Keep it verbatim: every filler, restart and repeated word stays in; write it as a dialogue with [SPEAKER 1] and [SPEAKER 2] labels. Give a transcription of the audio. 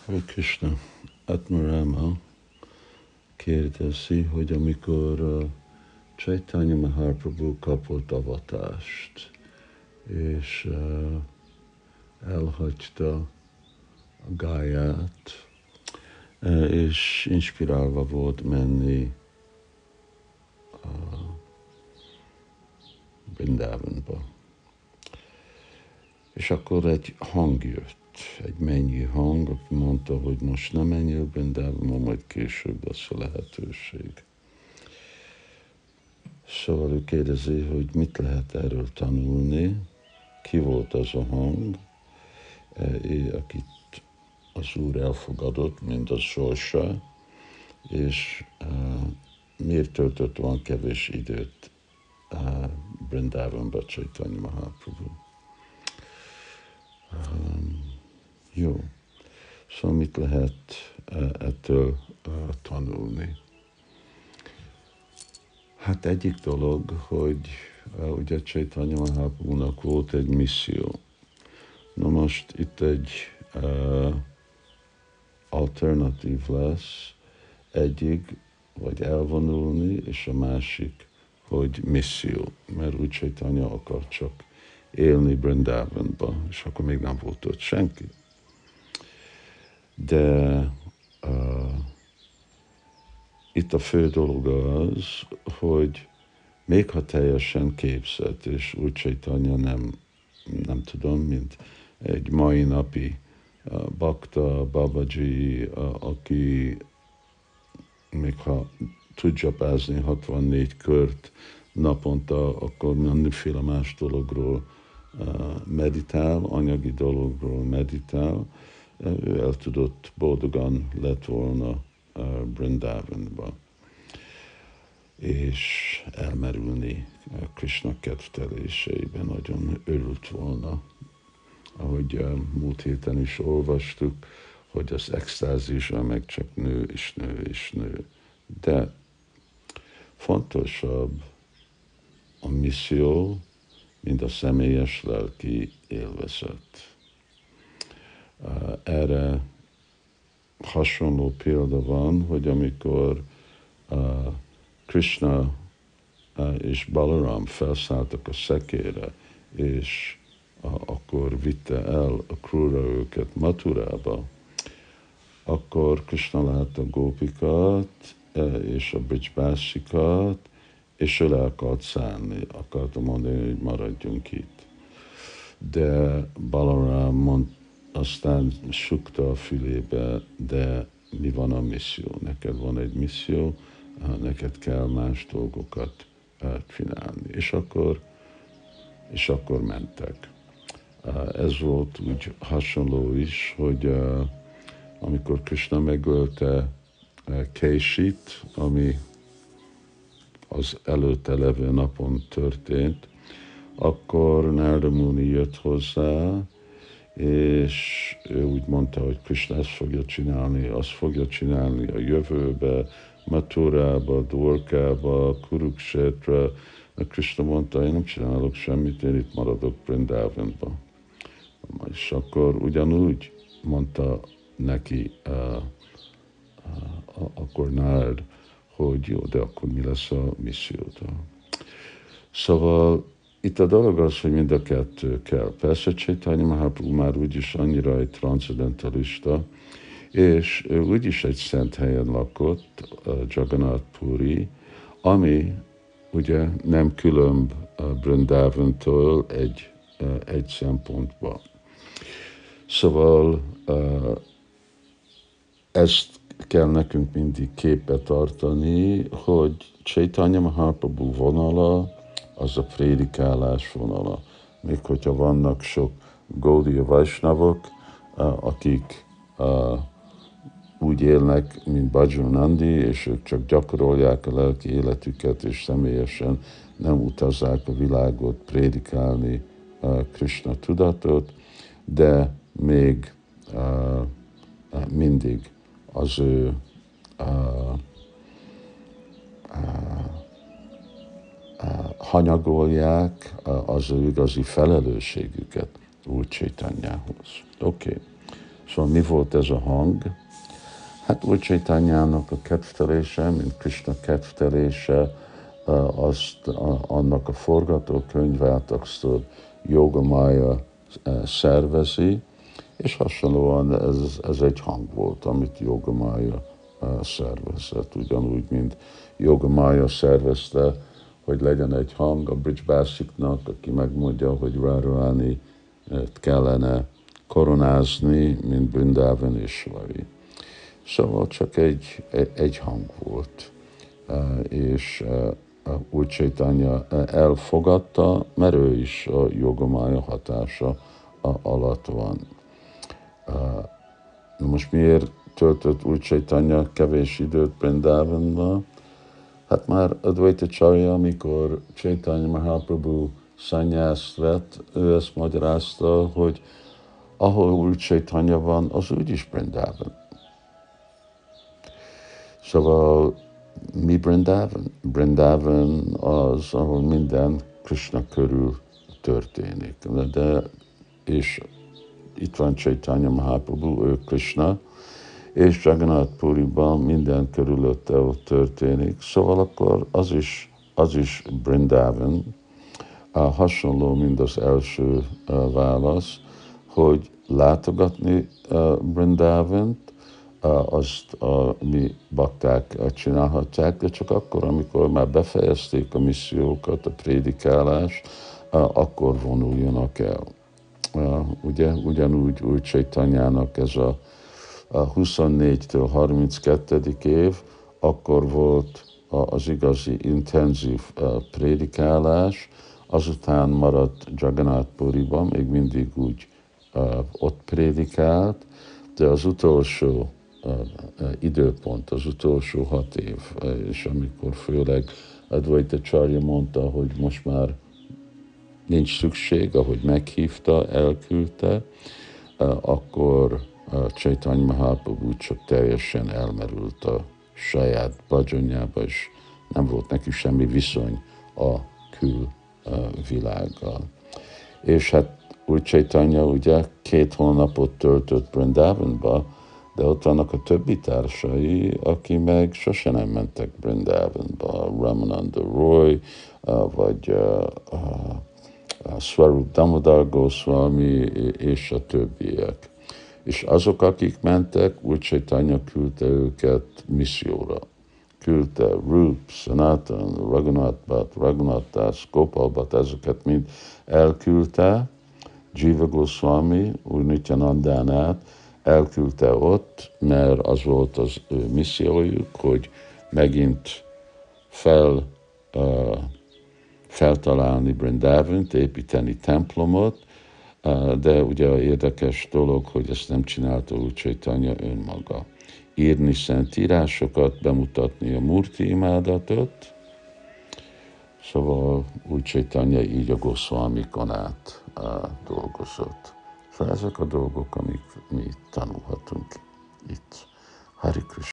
[SPEAKER 1] Hare Krishna, Atmarama kérdezi, hogy amikor uh, Chaitanya Mahaprabhu kapott avatást, és uh, elhagyta a gáját, uh, és inspirálva volt menni uh, Vrindavanba. És akkor egy hang jött, egy mennyi hang, aki mondta, hogy most nem menjél Vrindavanba, majd később lesz a lehetőség. Szóval ő kérdezi, hogy mit lehet erről tanulni, ki volt az a hang, akit az Úr elfogadott, mint a sorsa, és uh, miért töltött van kevés időt uh, Vrindavanba Chaitanya Mahaprabhu. Um, jó, szóval mit lehet uh, ettől uh, tanulni? Hát egyik dolog, hogy uh, ugye Chaitanya Mahaprabhunak volt egy misszió. Na most itt egy uh, alternatív lesz, egyik, vagy elvonulni, és a másik, hogy misszió. Mert úgy Chaitanya akar csak élni Vrindavanba, és akkor még nem volt ott senki. De uh, itt a fő dolog az, hogy még ha teljesen képzett, és úgy Chaitanya nem, nem tudom, mint egy mai napi uh, bakta, Babaji, uh, aki még ha tud japázni hatvannégy kört naponta, akkor mindenféle más dologról uh, meditál, anyagi dologról meditál, uh, ő el tudott boldogan lett volna uh, Vrindavanba, és elmerülni uh, Krishna kedvteléseiben, nagyon örült volna. Ahogy uh, múlt héten is olvastuk, hogy az extázisra meg csak nő és nő és nő. De fontosabb a misszió, mint a személyes lelki élvezet. Uh, erre hasonló példa van, hogy amikor uh, Krishna uh, és Balaram felszálltak a szekére, és uh, akkor vitte el a Krura őket Mathurába, akkor Krishna látta Gópikat és a Brijbásikat, és ő le akart szállni, akarta mondani, hogy maradjunk itt. De Balaram mond, aztán sukta a fülébe, de mi van a misszió? Neked van egy misszió, neked kell más dolgokat csinálni. És akkor, és akkor mentek. Ez volt úgy hasonló is, hogy amikor Krishna megölte Keisit, ami az előtte levő napon történt, akkor Narada Muni jött hozzá, és ő úgy mondta, hogy Krishna ezt fogja csinálni, azt fogja csinálni a jövőbe, Mathurába, Dwarkába, Kuruksetra. Krishna mondta, én nem csinálok semmit, én itt maradok Vrindavanba. És akkor ugyanúgy mondta neki uh, uh, akkor Nárd, hogy jó, de akkor mi lesz a misszióta. Szóval itt a dolog az, hogy mind a kettő kell. Persze Chaitanya Mahaprabhu már úgyis annyira egy transzendentalista, és ő úgyis egy szent helyen lakott, uh, Jagannath Puri, ami ugye nem különb uh, Vrindavantól egy, uh, egy szempontban. Szóval uh, ezt kell nekünk mindig képbe tartani, hogy Chaitanya Mahaprabhu vonala az a prédikálás vonala. Még hogyha vannak sok Gaudiya Vaisnavok, uh, akik uh, úgy élnek, mint Bhajanandi, és ők csak gyakorolják a lelki életüket, és személyesen nem utazzák a világot prédikálni uh, Krishna tudatot, de még uh, uh, mindig az ő uh, uh, uh, hanyagolják uh, az ő igazi felelősségüket Úr Chaitanyához. Oké. Okay. Szóval mi volt ez a hang? Hát Úr Chaitanyának a kedvtelése, mint Krishna kedvtelése, azt, annak a forgatókönyvát azt a Jogamaya szervezi, és hasonlóan ez, ez egy hang volt, amit Jogamaya szervezett, ugyanúgy, mint Jogamaya szervezte, hogy legyen egy hang a Brijbasiknak, aki megmondja, hogy Radharani kellene koronázni, mint Brindavan Ishvari. Szóval csak egy, egy hang volt, és Úr Chaitanya elfogadta, mert ő is a Jogamaya hatása alatt van. Most miért töltött Úr Chaitanya kevés időt Brindavanban? Hát már Advaita Charya, amikor Chaitanya Mahaprabhu szanyászt vett, ő ezt magyarázta, hogy ahol Úr Chaitanya van, az úgyis Brindavan. Szóval mi Brindavan? Brindavan az, ahol minden Krishna körül történik. De, és itt van Chaitanya Mahaprabhu, ő Krishna, és Jagannath Puriban minden körülötte ott történik. Szóval akkor az is, az is Brindavan, hasonló, mint az első válasz, hogy látogatni Brindavant, azt a mi bakták csinálhatják, de csak akkor, amikor már befejezték a missziókat, a prédikálást, akkor vonuljanak el. Ugye, ugyanúgy Úr Chaitanyának ez a, a huszonnégytől harminckettő év, akkor volt az igazi intenzív prédikálás, azután maradt Jagannath Puriban, még mindig úgy ott prédikált, de az utolsó uh, időpont, az utolsó hat év, és amikor főleg Advaita Charya mondta, hogy most már nincs szükség, ahogy meghívta, elküldte, uh, akkor uh, Chaitanya Mahaprabhu csak teljesen elmerült a saját bhajanjába, és nem volt neki semmi viszony a külvilággal. És hát Úr Chaitanya ugye két hónapot töltött Brindavanba, de ott vannak a többi társai, aki meg sose nem mentek Brindavanba, Ramananda Roy, vagy uh, uh, Swarup Damodar Goswami, és a többiek. És azok, akik mentek, Úr Chaitanya küldte őket misszióra. Küldte Rup, Sanatan, Raghunath Bhatt, Raghunath Das, Gopal Bhatt, ezeket mind elküldte. Jiva Goswami, Úr Nityanandánát elküldte ott, mert az volt az ő missziójuk, hogy megint fel, uh, feltalálni Brindavant, építeni templomot, uh, de ugye a érdekes dolog, hogy ezt nem csinálta Úr Chaitanya önmaga. Írni szentírásokat, bemutatni a murti imádatot, szóval Úr Chaitanya így a Goswamikon át uh, dolgozott. Szóval ezek a dolgok, amik mi tanulhatunk itt. Hari Krishna.